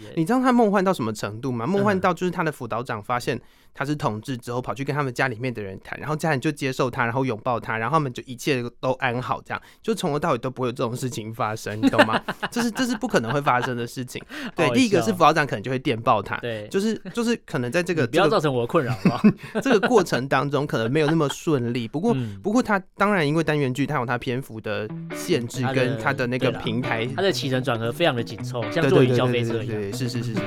系而已。 你知道他梦幻到什么程度吗？梦幻到就是他的辅导长发现他是同志之后，跑去跟他们家里面的人谈，然后家人就接受他，然后拥抱他，然后他们就一切都安好，这样就从头到尾都不会有这种事情发生，你懂吗？这是不可能会发生的事情。对，第一个是辅导长可能就会电报他， 对， 就是可能在这个不要造成我的困扰吧。 这个过程当中可能没有那么顺利。不过他当然因为单元剧，他有他篇幅的限制跟他的那个平台， 他的起承转合非常的紧凑，像坐云霄飞车一样。 对，是。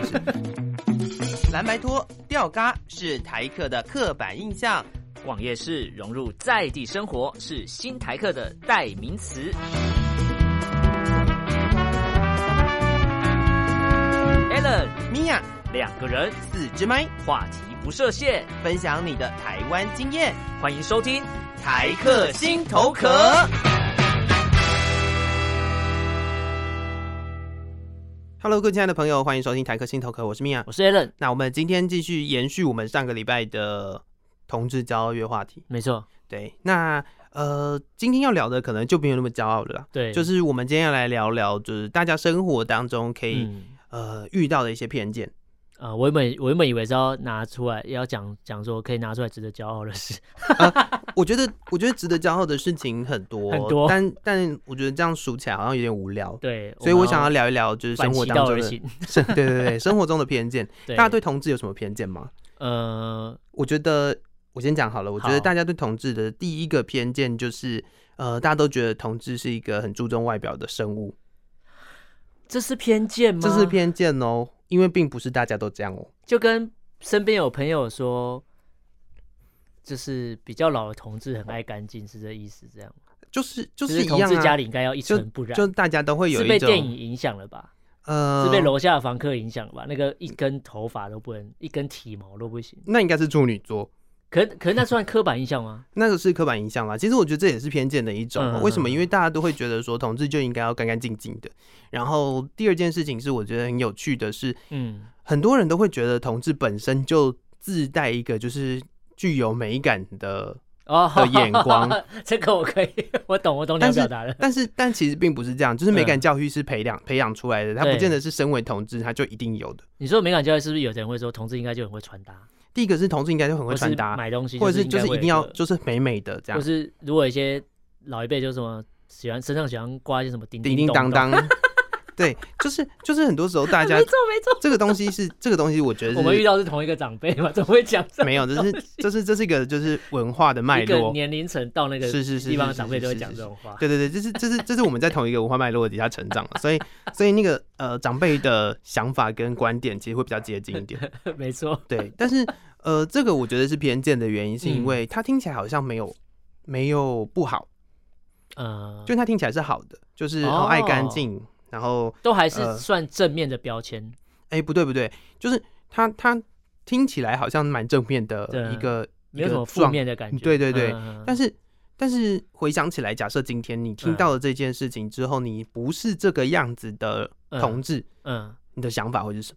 蓝白拖、吊嘎是台客的刻板印象， 逛夜市融入在地生活是新台客的代名词。Alan、 米娅， 两个人 4支麦， 话题不设限， 分享你的台湾经验， 欢迎收听台客心头壳。Hello， 各位亲爱的朋友，欢迎收听台客心头壳，我是米娅， 我是 Alan。 那我们今天继续延续我们上个礼拜的同志骄傲月话题。 没错， 对，那今天要聊的可能就没有那么骄傲了啦。 对， 就是我们今天要来聊聊，就是大家生活当中可以、遇到的一些偏见。 我原本以为是要拿出来，要讲说可以拿出来值得骄傲的事。 我觉得值得骄傲的事情很多，但我觉得这样数起来好像有点无聊。 对， 所以我想要聊一聊，就是生活当中的，对，生活中的偏见。大家对同志有什么偏见吗？ 我觉得我先讲好了。我觉得大家对同志的第一个偏见就是，大家都觉得同志是一个很注重外表的生物。 这是偏见吗？ 这是偏见哦。因为并不是大家都这样哦， 就跟身边有朋友说，就是比较老的同志很爱干净，是这意思？这样就是一样啊。同志家里应该要一尘不染， 就大家都会有一种， 是被电影影响了吧？是被楼下的房客影响了吧？那个一根头发都不能，一根体毛都不行。 那应该是处女座。 可是那算刻板印象吗？ 那个是刻板印象啦。其实我觉得这也是偏见的一种。为什么？因为大家都会觉得说同志就应该要干干净净的。然后第二件事情是我觉得很有趣的是，很多人都会觉得同志本身就自带一个就是具有美感的眼光。 这个我可以，我懂你要表达的。 但其实并不是这样，就是美感教育是培养出来的，它不见得是身为同志他就一定有的。 你说美感教育是不是有的人会说同志应该就很会穿搭？ 第一个是同志应该就很会穿搭， 买东西， 或者是就是一定要就是美美的这样， 或是如果有一些老一辈就是什么身上喜欢挂一些什么叮叮当当，对，就是很多时候大家没错， 这个东西，我觉得是我们遇到是同一个长辈嘛，怎么会讲这？ 没有，这是一个就是文化的脉络， 一个年龄层到那个地方的长辈都会讲这种话。 对，这是我们在同一个文化脉络底下成长，所以那个长辈的想法跟观点其实会比较接近一点。 没错， 对，但是这个我觉得是偏见的原因，是因为它听起来好像没有不好，就它听起来是好的，就是爱干净。然后都还是算正面的标签。 不对，就是它听起来好像蛮正面的一个， 没有什么负面的感觉。 对，但是回想起来，假设今天你听到了这件事情之后，你不是这个样子的同志，你的想法会是什么？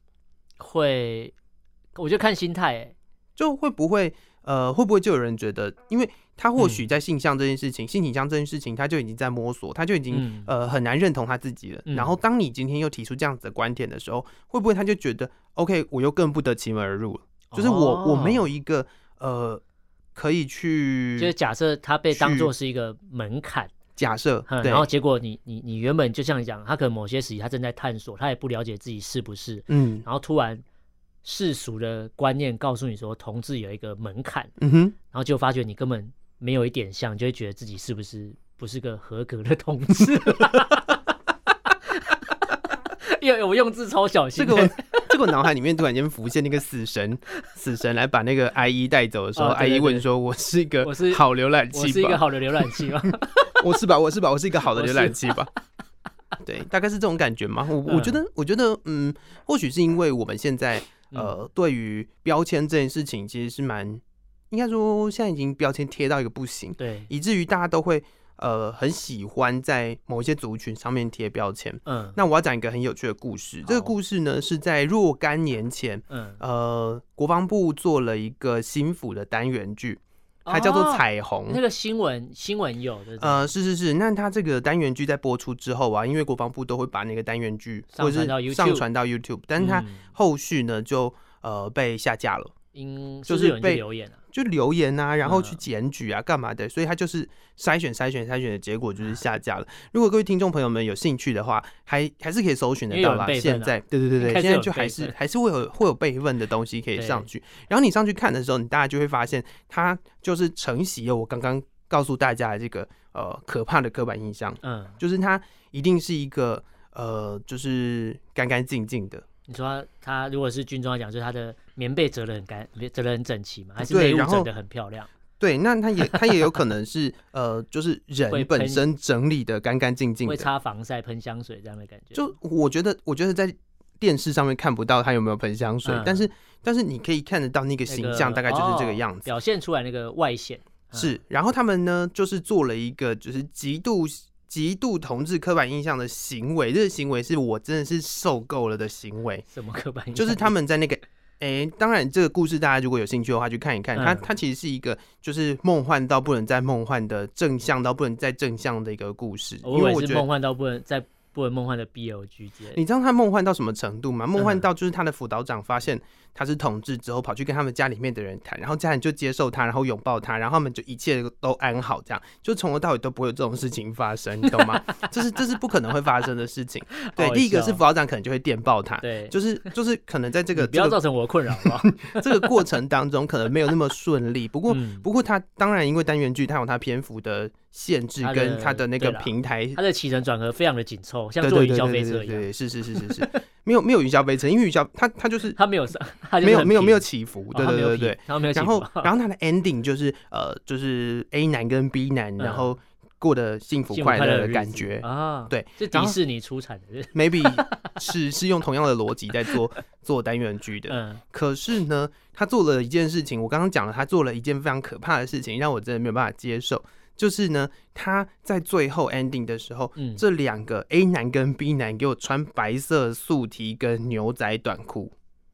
我就看心态， 就会不会就有人觉得，因为他或许在性向这件事情、性倾向这件事情，他就已经在摸索，他就已经很难认同他自己了。然后当你今天又提出这样子的观点的时候，会不会他就觉得 OK， 我又更不得其门而入了？就是我没有一个可以去， 就是假设他被当作是一个门槛。 假设， 然后结果你原本就像你讲，他可能某些时期他正在探索，他也不了解自己是不是，然后突然世俗的观念告诉你说同志有一个门槛，然后就发觉你根本没有一点像，就会觉得自己不是个合格的同志。因为我用字超小心， 这个脑海里面突然间浮现那个死神来把那个 IE 带走的时候，IE 问说：“我是一个好浏览器吧？ 我是一个好的浏览器吗？ 我是吧？我是一个好的浏览器吧？”对，大概是这种感觉吗？我觉得，或许是因为我们现在对于标签这件事情，其实是应该说现在已经标签贴到一个不行， 对， 以至于大家都会很喜欢在某一些族群上面贴标签。那我要讲一个很有趣的故事。这个故事呢是在若干年前，国防部做了一个新府的单元剧。 它叫做彩虹。 那个新闻有的， 是。那它这个单元剧在播出之后啊，因为国防部都会把那个单元剧或者是上传到 YouTube， 但是它后续呢就被下架了。 就是有人去留言啊， 就留言啊，然后去检举啊，干嘛的？所以他就是筛选的结果就是下架了。如果各位听众朋友们有兴趣的话，还是可以搜寻得到啦。现在，对，现在就还是会有备份的东西可以上去。然后你上去看的时候，你大家就会发现，它就是承袭了我刚刚告诉大家的这个可怕的刻板印象。就是它一定是一个就是干干净净的。 你说他如果是军装来讲，就是他的棉被折得很整齐嘛，还是内务整得很漂亮？ 对，那他也有可能是就是人本身整理的干干净净的， 会擦防晒、喷香水这样的感觉。 就我觉得在电视上面看不到他有没有喷香水，但是你可以看得到那个形象大概就是这个样子， 表现出来那个外显是。然后他们呢，就是做了一个就是极度同志刻板印象的行为，这个行为是我真的是受够了的行为。 什么刻板印象？ 就是他们在那个当然这个故事大家如果有兴趣的话去看一看，它其实是一个就是梦幻到不能再梦幻的正向到不能再正向的一个故事。 因为我觉得梦幻到不能再不能梦幻的 BL 剧之类的。 你知道他梦幻到什么程度吗？梦幻到就是他的辅导长发现他是同志之后，跑去跟他们家里面的人谈，然后家人就接受他，然后拥抱他，然后他们就一切都安好，这样就从头到尾都不会有这种事情发生，你懂吗？这是不可能会发生的事情。对，第一个是辅导长可能就会电报他， 对， 就是可能在这个你不要造成我的困扰好不好？ 这个过程当中可能没有那么顺利。不过他当然因为单元剧，他有他篇幅的限制跟他的那个平台， 他的起承转合非常的紧凑，像坐云霄飞车一样。 对，是，没有云霄飞车，因为云霄他就是他没有上， 没有起伏，对， 他没有起伏。 然后他的 ending 就是 A 男跟 B 男，然后过得幸福快乐的感觉啊。对，是迪士尼出产的 ，maybe 是用同样的逻辑在做单元剧的。可是呢，他做了一件事情，我刚刚讲了，他做了一件非常可怕的事情，让我真的没有办法接受。就是呢，他在最后 ending 的时候，这两个 A 男跟 B 男给我穿白色素 T 跟牛仔短裤。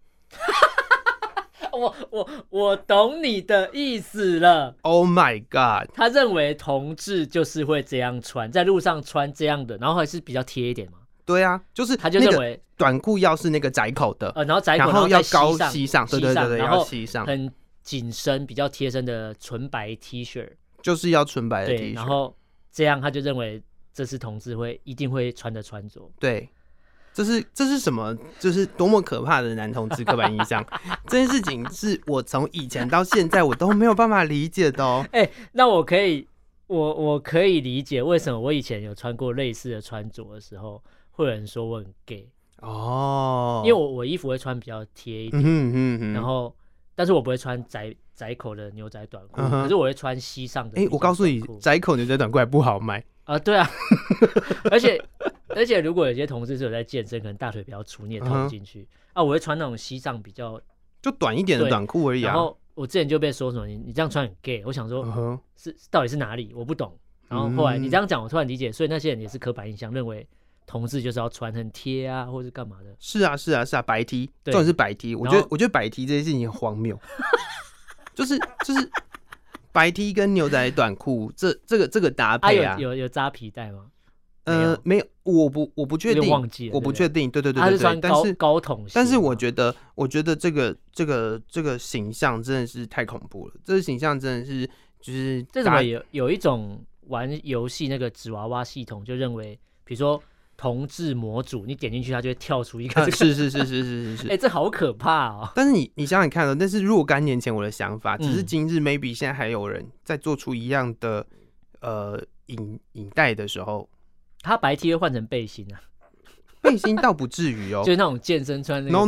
我懂你的意思了。 Oh my god！ 他认为同志就是会这样穿，在路上穿这样的，然后还是比较贴一点嘛。 对啊，就是他就认为短裤要是那个窄口的， 然后窄口， 然后要高膝上，对，要膝上， 很紧身、比较贴身的纯白 T 恤。 就是要纯白的 T 恤， 然后这样他就认为这是同志一定会穿的穿着。 对，这是什么？就是多么可怕的男同志刻板印象！这件事情是我从以前到现在我都没有办法理解的哦。 那我可以理解为什么我以前有穿过类似的穿着的时候，会有人说我很 gay 哦， 因为我衣服会穿比较贴一点，然后但是我不会穿窄口的牛仔短裤，可是我会穿膝上的。 我告诉你，窄口牛仔短裤还不好卖啊！对啊，而且如果有些同事是有在健身，可能大腿比较粗，你也套不进去啊。我会穿那种膝上比较就短一点的短裤而已啊。 然后我之前就被说什么你这样穿很 gay， 我想说是到底是哪里我不懂。然后后来你这样讲，我突然理解，所以那些人也是刻板印象，认为同志就是要穿很贴啊，或是干嘛的。 是啊，白 T， 重点是白 T。我觉得白 T 这件事情很荒谬。就是白 T 跟牛仔短裤这个搭配啊， 有扎皮带吗？ 没有，我不确定， 忘记了， 我不确定，对， 他是穿高筒， 但是我觉得这个形象真的是太恐怖了，这个形象真的是就是这怎么有一种玩游戏那个纸娃娃系统，就认为比如说同志模组，你点进去它就会跳出一个、 是， 这好可怕哦！ 但是你想想看哦，那是若干年前我的想法，只是今日 maybe 现在还有人在做出一样的影带的时候， 他白 T 会换成背心啊？ 背心倒不至于哦， 就是那种健身穿那个。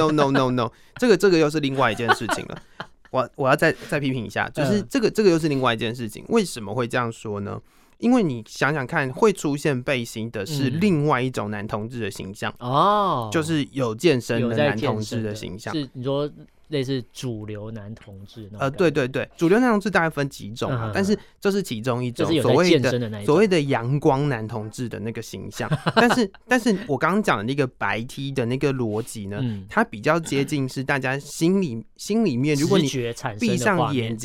No， 这个又是另外一件事情了。我要再批评一下，就是这个又是另外一件事情。为什么会这样说呢？因为你想想看，会出现背心的是另外一种男同志的形象哦，就是有健身的男同志的形象。 是你说类似主流男同志？ 对，主流男同志大概分几种啊？但是这是其中一种， 就是所谓的阳光男同志的那个形象。但是我刚刚讲的那个白 T 的那个逻辑呢，它比较接近是大家心里面，如果你闭上眼睛。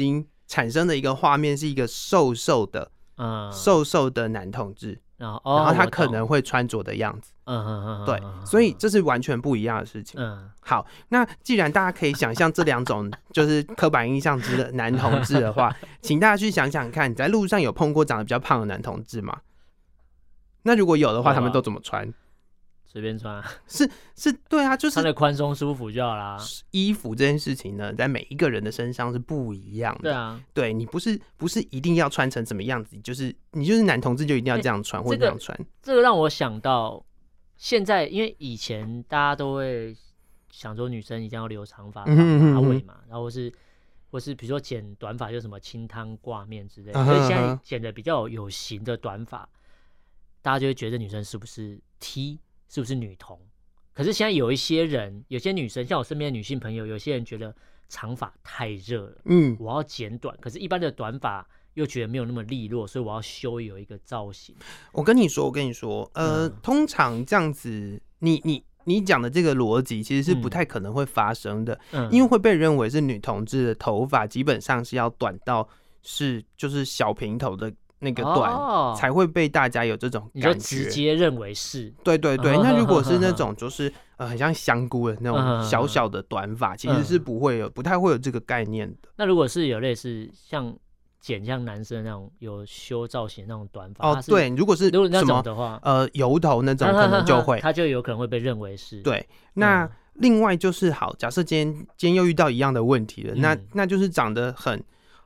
产生的一个画面是一个瘦瘦的男同志，然后他可能会穿着的样子。对，所以这是完全不一样的事情。好，那既然大家可以想象这两种就是刻板印象之的男同志的话，请大家去想想看，你在路上有碰过长得比较胖的男同志吗？那如果有的话，他们都怎么穿？ 随便穿啊， 是，对啊，就是穿的宽松舒服就好啦。 衣服这件事情呢，在每一个人的身上是不一样的。 对啊， 对你不是一定要穿成什么样子，你就是男同志就一定要这样穿或者那样穿。这个让我想到，现在因为以前大家都会想说女生一定要留长发、马尾嘛，然后或是比如说剪短发，就什么清汤挂面之类的。所以现在剪的比较有型的短发，大家就会觉得女生是不是 T， 是不是女同？可是现在有一些人，有些女生，像我身边的女性朋友，有些人觉得长发太热了，我要剪短。可是，一般的短发又觉得没有那么利落，所以我要修有一个造型。 我跟你说，通常这样子，你讲的这个逻辑其实是不太可能会发生的，因为会被认为是女同志的头发基本上是要短到就是小平头的那个短，才会被大家有这种感觉，你就直接认为是。 对，那如果是那种就是很像香菇的那种小小的短发，其实是不太会有这个概念的。 那如果是有类似像男生那种有修造型那种短发， 对，如果是那种的话， 油头那种可能就会， 他就有可能会被认为是。 对，那另外就是好，假设今天又遇到一样的问题了，那就是长得很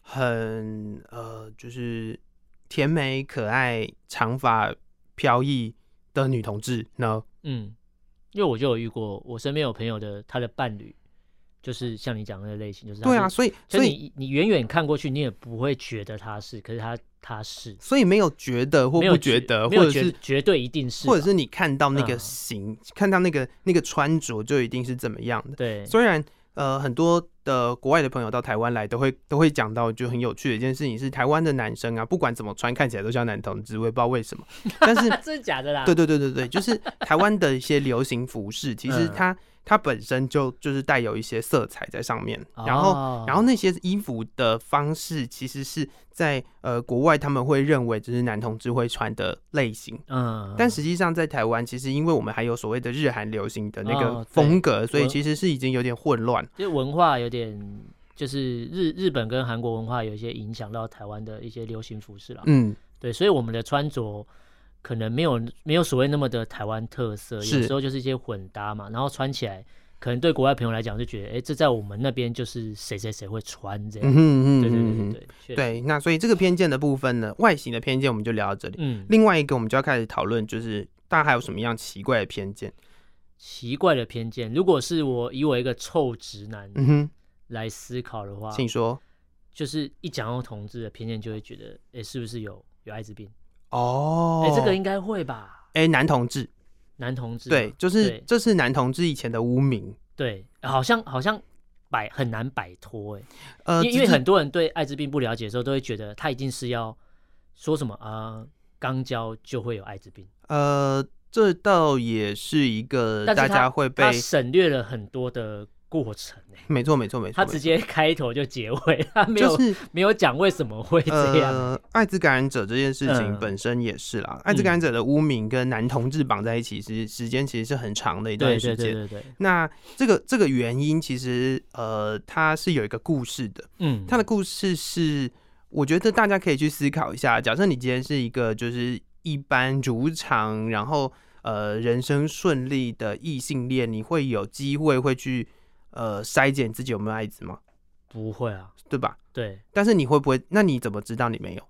就是甜美可爱、长发飘逸的女同志呢？ 因为我就有遇过，我身边有朋友他的伴侣，就是像你讲的那个类型，就是对啊，所以你远远看过去，你也不会觉得他是，可是他是， 所以没有觉得或不觉得，或者是绝对一定是， 或者是你看到那个型，看到那个穿着就一定是怎么样的。 对， 虽然很多的国外的朋友到台湾来都会讲到，就很有趣的一件事情是，台湾的男生啊，不管怎么穿，看起来都像男同志，我也不知道为什么。但是真的假的啦？ 对，就是台湾的一些流行服饰，其实它本身就是带有一些色彩在上面，然后那些衣服的方式其实是在国外他们会认为这是男同志会穿的类型，但实际上在台湾其实因为我们还有所谓的日韩流行的那个风格，所以其实是已经有点混乱， 就文化有点就是日本跟韩国文化有一些影响到台湾的一些流行服饰啦，对，所以我们的穿着可能没有所谓那么的台湾特色，有时候就是一些混搭嘛，然后穿起来可能对国外朋友来讲就觉得，这在我们那边就是谁谁谁会穿这样。 对，那所以这个偏见的部分呢，外形的偏见我们就聊到这里。另外一个我们就要开始讨论，就是大家还有什么样奇怪的偏见？ 奇怪的偏见，如果是以我一个臭直男来思考的话， 请说。 就是一讲到同志的偏见，就会觉得，是不是有艾滋病？这个应该会吧？ 男同志，对，就是这是男同志以前的污名， 对，好像很难摆脱，因为很多人对艾滋病不了解的时候，都会觉得他一定是要说什么肛交就会有艾滋病， 这倒也是一个大家会被他省略了很多的过程， 没错， 他直接开头就结尾，他没有讲为什么会这样。 艾滋感染者这件事情本身也是啦，艾滋感染者的污名跟男同志绑在一起，时间其实是很长的一段时间。 对。 那这个原因其实它是有一个故事的，它的故事是我觉得大家可以去思考一下。假设你今天是一个就是一般如常，然后人生顺利的异性恋，你会有机会会去筛检自己有没有艾滋吗？ 不会啊， 对吧？ 对。 但是你会不会？那你怎么知道你没有？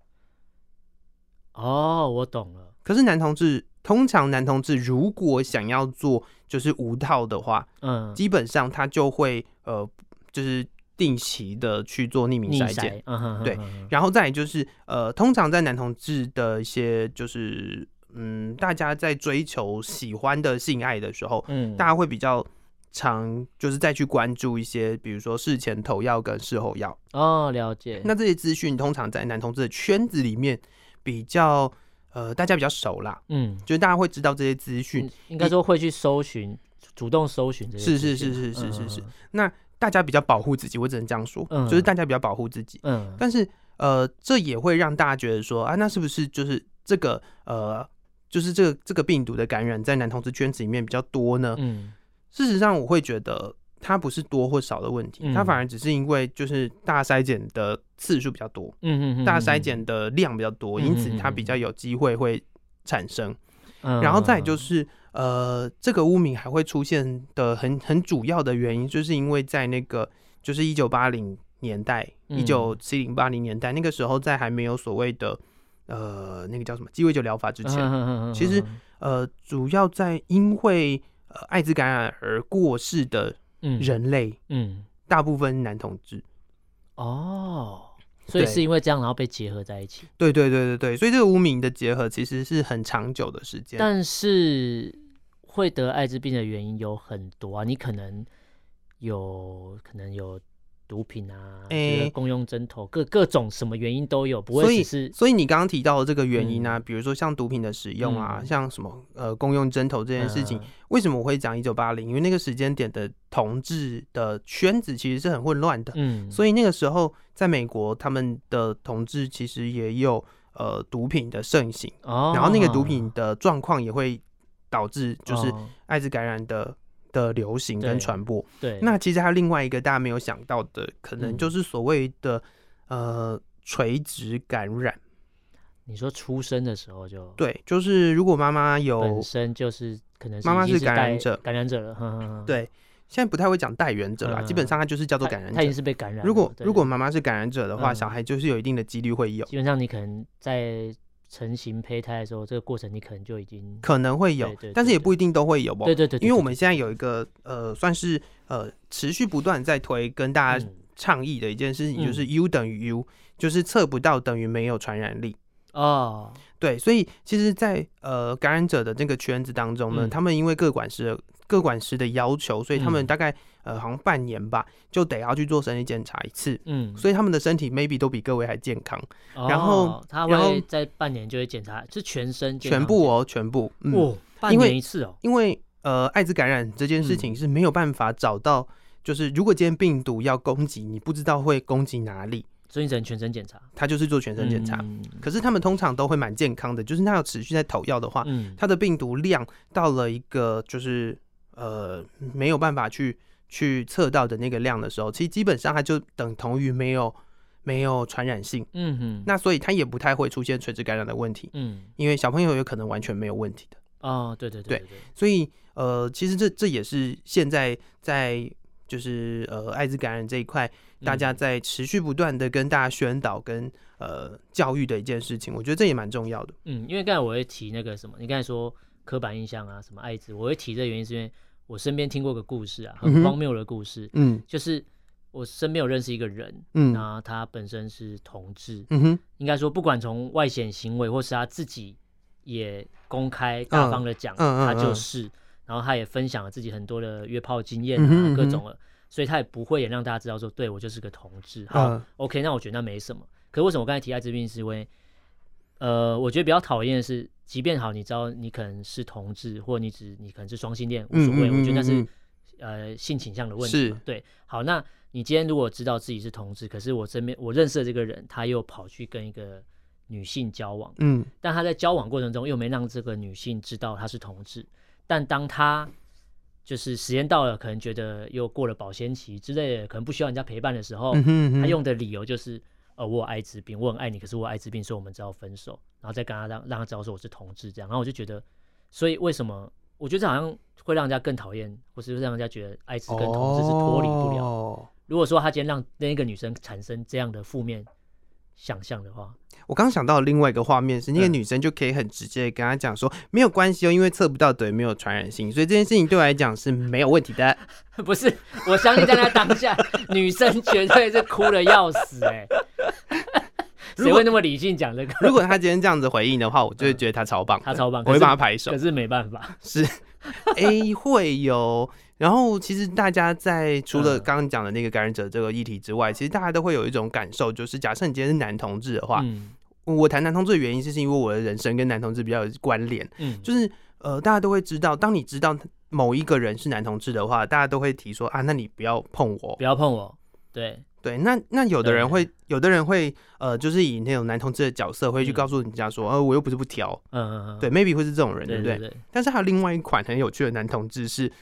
我懂了。 可是通常男同志如果想要做就是无套的话，基本上他就会就是定期的去做匿名筛检，对。然后再来就是通常在男同志的一些就是大家在追求喜欢的性爱的时候，大家会比较常就是再去关注一些，比如说事前投药跟事后药。 了解。 那这些资讯通常在男同志的圈子里面比较大家比较熟啦，就是大家会知道这些资讯， 应该说会去搜寻主动搜寻这些是。那大家比较保护自己，我只能这样说，就是大家比较保护自己。但是这也会让大家觉得说啊，那是不是就是这个就是这个病毒的感染在男同志圈子里面比较多呢？事实上我会觉得它不是多或少的问题，它反而只是因为就是大筛检的次数比较多，大筛检的量比较多，因此它比较有机会会产生。然后再来就是这个污名还会出现的很主要的原因，就是因为在那个就是1980年代、1970、80年代那个时候，在还没有所谓的那个叫什么鸡尾酒疗法之前，其实主要在因为艾滋感染而过世的人类，大部分男同志。 所以是因为这样，然后被结合在一起。 对，所以这个污名的结合其实是很长久的时间。 但是会得艾滋病的原因有很多啊，你可能有毒品啊，共用针头，各种什么原因都有，不会只是。 所以你刚刚提到的这个原因啊，比如说像毒品的使用啊，像什么共用针头这件事情，为什么我会讲1980？因为那个时间点的同志的圈子其实是很混乱的，所以那个时候在美国，他们的同志其实也有毒品的盛行，然后那个毒品的状况也会导致就是艾滋感染的流行跟传播。 对， 那其实还有另外一个大家没有想到的，可能就是所谓的垂直感染。 你说出生的时候就对，就是如果妈妈有本身就是可能妈妈是感染者了， 对，现在不太会讲带源者啦，基本上它就是叫做感染者， 他已经是被感染了。 如果妈妈是感染者的话，小孩就是有一定的几率会有。 基本上你可能在成型胚胎的时候，这个过程你可能就已经可能会有，但是也不一定都会有。 对， 因为我们现在有一个算是持续不断在推跟大家倡议的一件事情，就是 U 等于 U， 就是测不到等于没有传染力。对，所以其实在感染者的这个圈子当中呢，他们因为各管师的要求，所以他们大概好像半年吧，就得要去做身体检查一次。所以他们的身体 maybe 都比各位还健康。然后他会在半年就会检查，是全身全部全部。 半年一次因为艾滋感染这件事情是没有办法找到，就是如果今天病毒要攻击你，不知道会攻击哪里。 所以你只能全身检查， 他就是做全身检查。可是他们通常都会蛮健康的，就是他要持续在投药的话，他的病毒量到了一个就是没有办法去测到的那个量的时候，其实基本上它就等同于没有传染性。那所以它也不太会出现垂直感染的问题。因为小朋友有可能完全没有问题的。对，所以其实这也是现在在就是艾滋感染这一块，大家在持续不断的跟大家宣导跟教育的一件事情，我觉得这也蛮重要的。 因为刚才我会提那个什么，你刚才说刻板印象啊，什么艾滋，我会提这个原因是因为我身边听过个故事啊，很荒谬的故事。就是我身边有认识一个人，那他本身是同志，应该说不管从外显行为，或是他自己也公开大方的讲，他就是。然后他也分享了自己很多的约炮经验啊，各种的，所以他也不会也让大家知道说，对，我就是个同志。好，OK， 那我觉得那没什么。可是为什么我刚才提艾滋病，是因为我觉得比较讨厌的是，即便好，你知道你可能是同志，或你可能是双性恋，无所谓，我觉得那是性倾向的问题嘛。对，好，那你今天如果知道自己是同志，可是我认识的这个人，他又跑去跟一个女性交往，但他在交往过程中又没让这个女性知道他是同志。但当他就是时间到了，可能觉得又过了保鲜期之类的，可能不需要人家陪伴的时候，他用的理由就是我有艾滋病，我很爱你，可是我有艾滋病，所以我们只好分手，然后再跟他让他知道说我是同志这样。然后我就觉得，所以为什么我觉得这好像会让人家更讨厌，或是让人家觉得艾滋跟同志是脱离不了。如果说他今天让那个女生产生这样的负面想象的话， 我刚想到的另外一个画面是，那个女生就可以很直接跟他讲说，没有关系哦，因为测不到等于没有传染性，所以这件事情对我来讲是没有问题的。 不是，我相信在那当下，女生绝对是哭得要死谁会那么理性讲这个？ 如果他今天这样子回应的话，我就会觉得他超棒， 他超棒， 我会帮他拍手。 可是没办法， 是会有。然后其实大家在除了刚刚讲的那个感染者这个议题之外，其实大家都会有一种感受，就是假设你今天是男同志的话，我谈男同志的原因是因为我的人生跟男同志比较有关联，就是大家都会知道，当你知道某一个人是男同志的话，大家都会提说啊，那你不要碰我， 不要碰我。对对，那有的人会就是以那种男同志的角色会去告诉人家说，我又不是不挑，对 ，maybe 会是这种人，对不对？但是还有另外一款很有趣的男同志是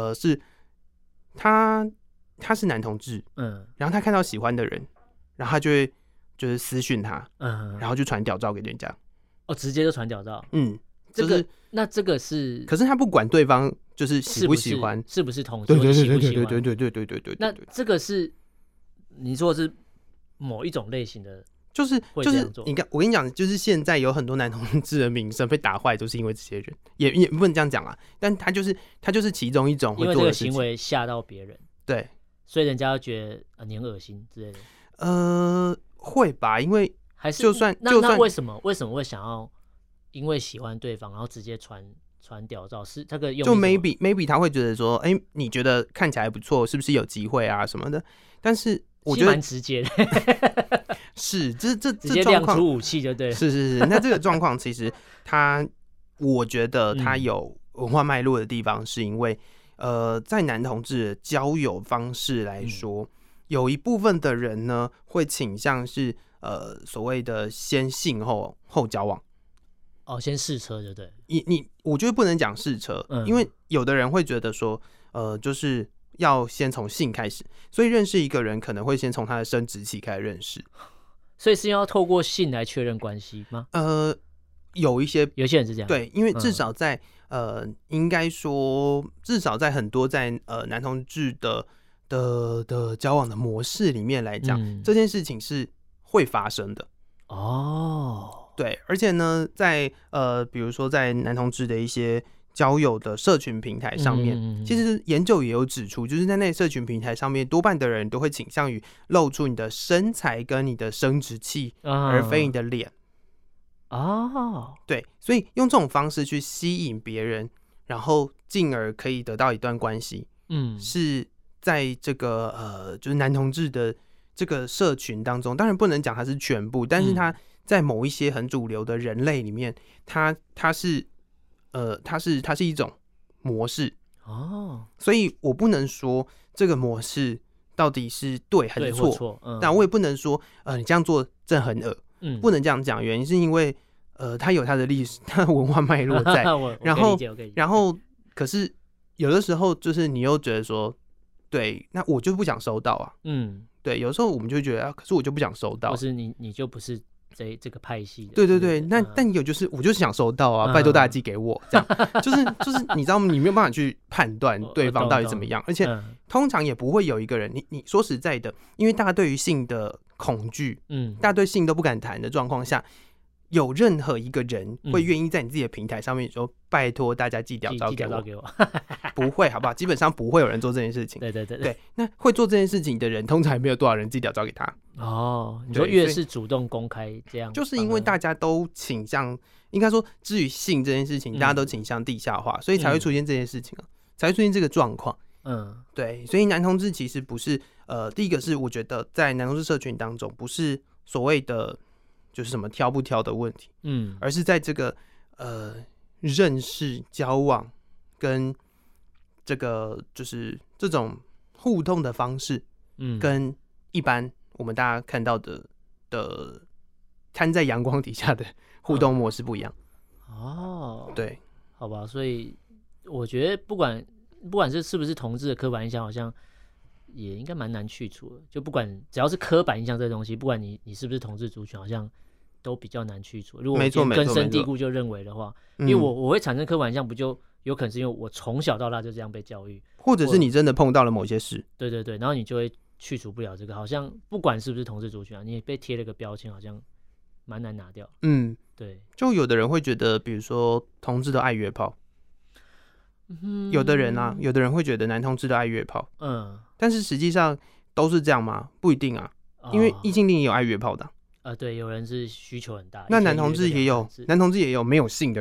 他是男同志，然后他看到喜欢的人，然后他就会就是私讯他，然后就传屌照给人家， 直接就传屌照， 就是那这个是， 可是他不管对方就是喜不喜欢， 是不是同志， 对， 那这个是你说的是某一种类型的， 就是我跟你讲，就是现在有很多男同志的名声被打坏，都是因为这些人，也不能这样讲啊。但他就是其中一种会做的事情， 因为这个行为吓到别人， 对， 所以人家觉得你很恶心之类的。 会吧，因为还是就算那为什么会想要因为喜欢对方，然后直接传屌照？是这个用就 maybe 他会觉得说，你觉得看起来不错，是不是有机会啊什么的？但是我觉得蛮直接的， 是这直接亮出武器就对了。 是，那这个状况其实我觉得他有文化脉络的地方，是因为在男同志的交友方式来说，有一部分的人呢会倾向是所谓的先性后交往。 先试车对不对？ 我觉得不能讲试车，因为有的人会觉得说，就是要先从性开始，所以认识一个人可能会先从他的生殖器开始认识， 所以是要透过性来确认关系吗？ 有些人是这样，对，因为至少在应该说至少在很多在男同志的交往的模式里面来讲，这件事情是会发生的。对，而且呢，在比如说在男同志的一些交友的社群平台上面，其实研究也有指出，就是在那社群平台上面，多半的人都会倾向于露出你的身材跟你的生殖器，而非你的脸。对，所以用这种方式去吸引别人，然后进而可以得到一段关系，是在这个就是男同志的这个社群当中，当然不能讲它是全部，但是它在某一些很主流的人类里面，它是一种模式所以我不能说这个模式到底是对还是错，但我也不能说你这样做真的很恶，不能这样讲，原因是因为它有它的历史、它的文化脉络在，然后可是有的时候就是你又觉得说，对，那我就不想收到啊，对，有的时候我们就会觉得可是我就不想收到， 或是你就不是这个派系的， 对，但有就是我就是想收到啊，拜托大家寄给我，这样就是你知道吗？你没有办法去判断对方到底怎么样，而且通常也不会有一个人，你说实在的，因为大家对于性的恐惧，大家对性都不敢谈的状况下，有任何一个人会愿意在你自己的平台上面说拜托大家寄屌照给我不会，好不好？基本上不会有人做这件事情。对，那会做这件事情的人，通常也没有多少人寄屌照给他。你说越是主动公开这样， 就是因为大家都倾向，应该说，至于性这件事情，大家都倾向地下化，所以才会出现这件事情才会出现这个状况。对，所以男同志其实不是第一个是我觉得在男同志社群当中，不是所谓的就是什么挑不挑的问题，而是在这个认识、交往跟这个就是这种互动的方式，跟一般我们大家看到的摊在阳光底下的互动模式不一样。对， 好吧，所以我觉得不管是不是同志的刻板印象，好像也应该蛮难去除的。就不管只要是刻板印象这东西，不管你是不是同志族群，好像都比较难去除。如果我根深蒂固就认为的话，因为我会产生刻板印象，不就有可能是因为我从小到大就这样被教育， 或者是你真的碰到了某些事， 对，然后你就会去除不了这个。好像不管是不是同志族群你被贴了个标签，好像蛮难拿掉。对， 就有的人会觉得，比如说同志都爱约炮。有的人会觉得男同志都爱约炮，但是实际上都是这样吗？不一定啊，因为异性恋也有爱约炮的。 对，有人是需求很大， 那男同志也有没有性的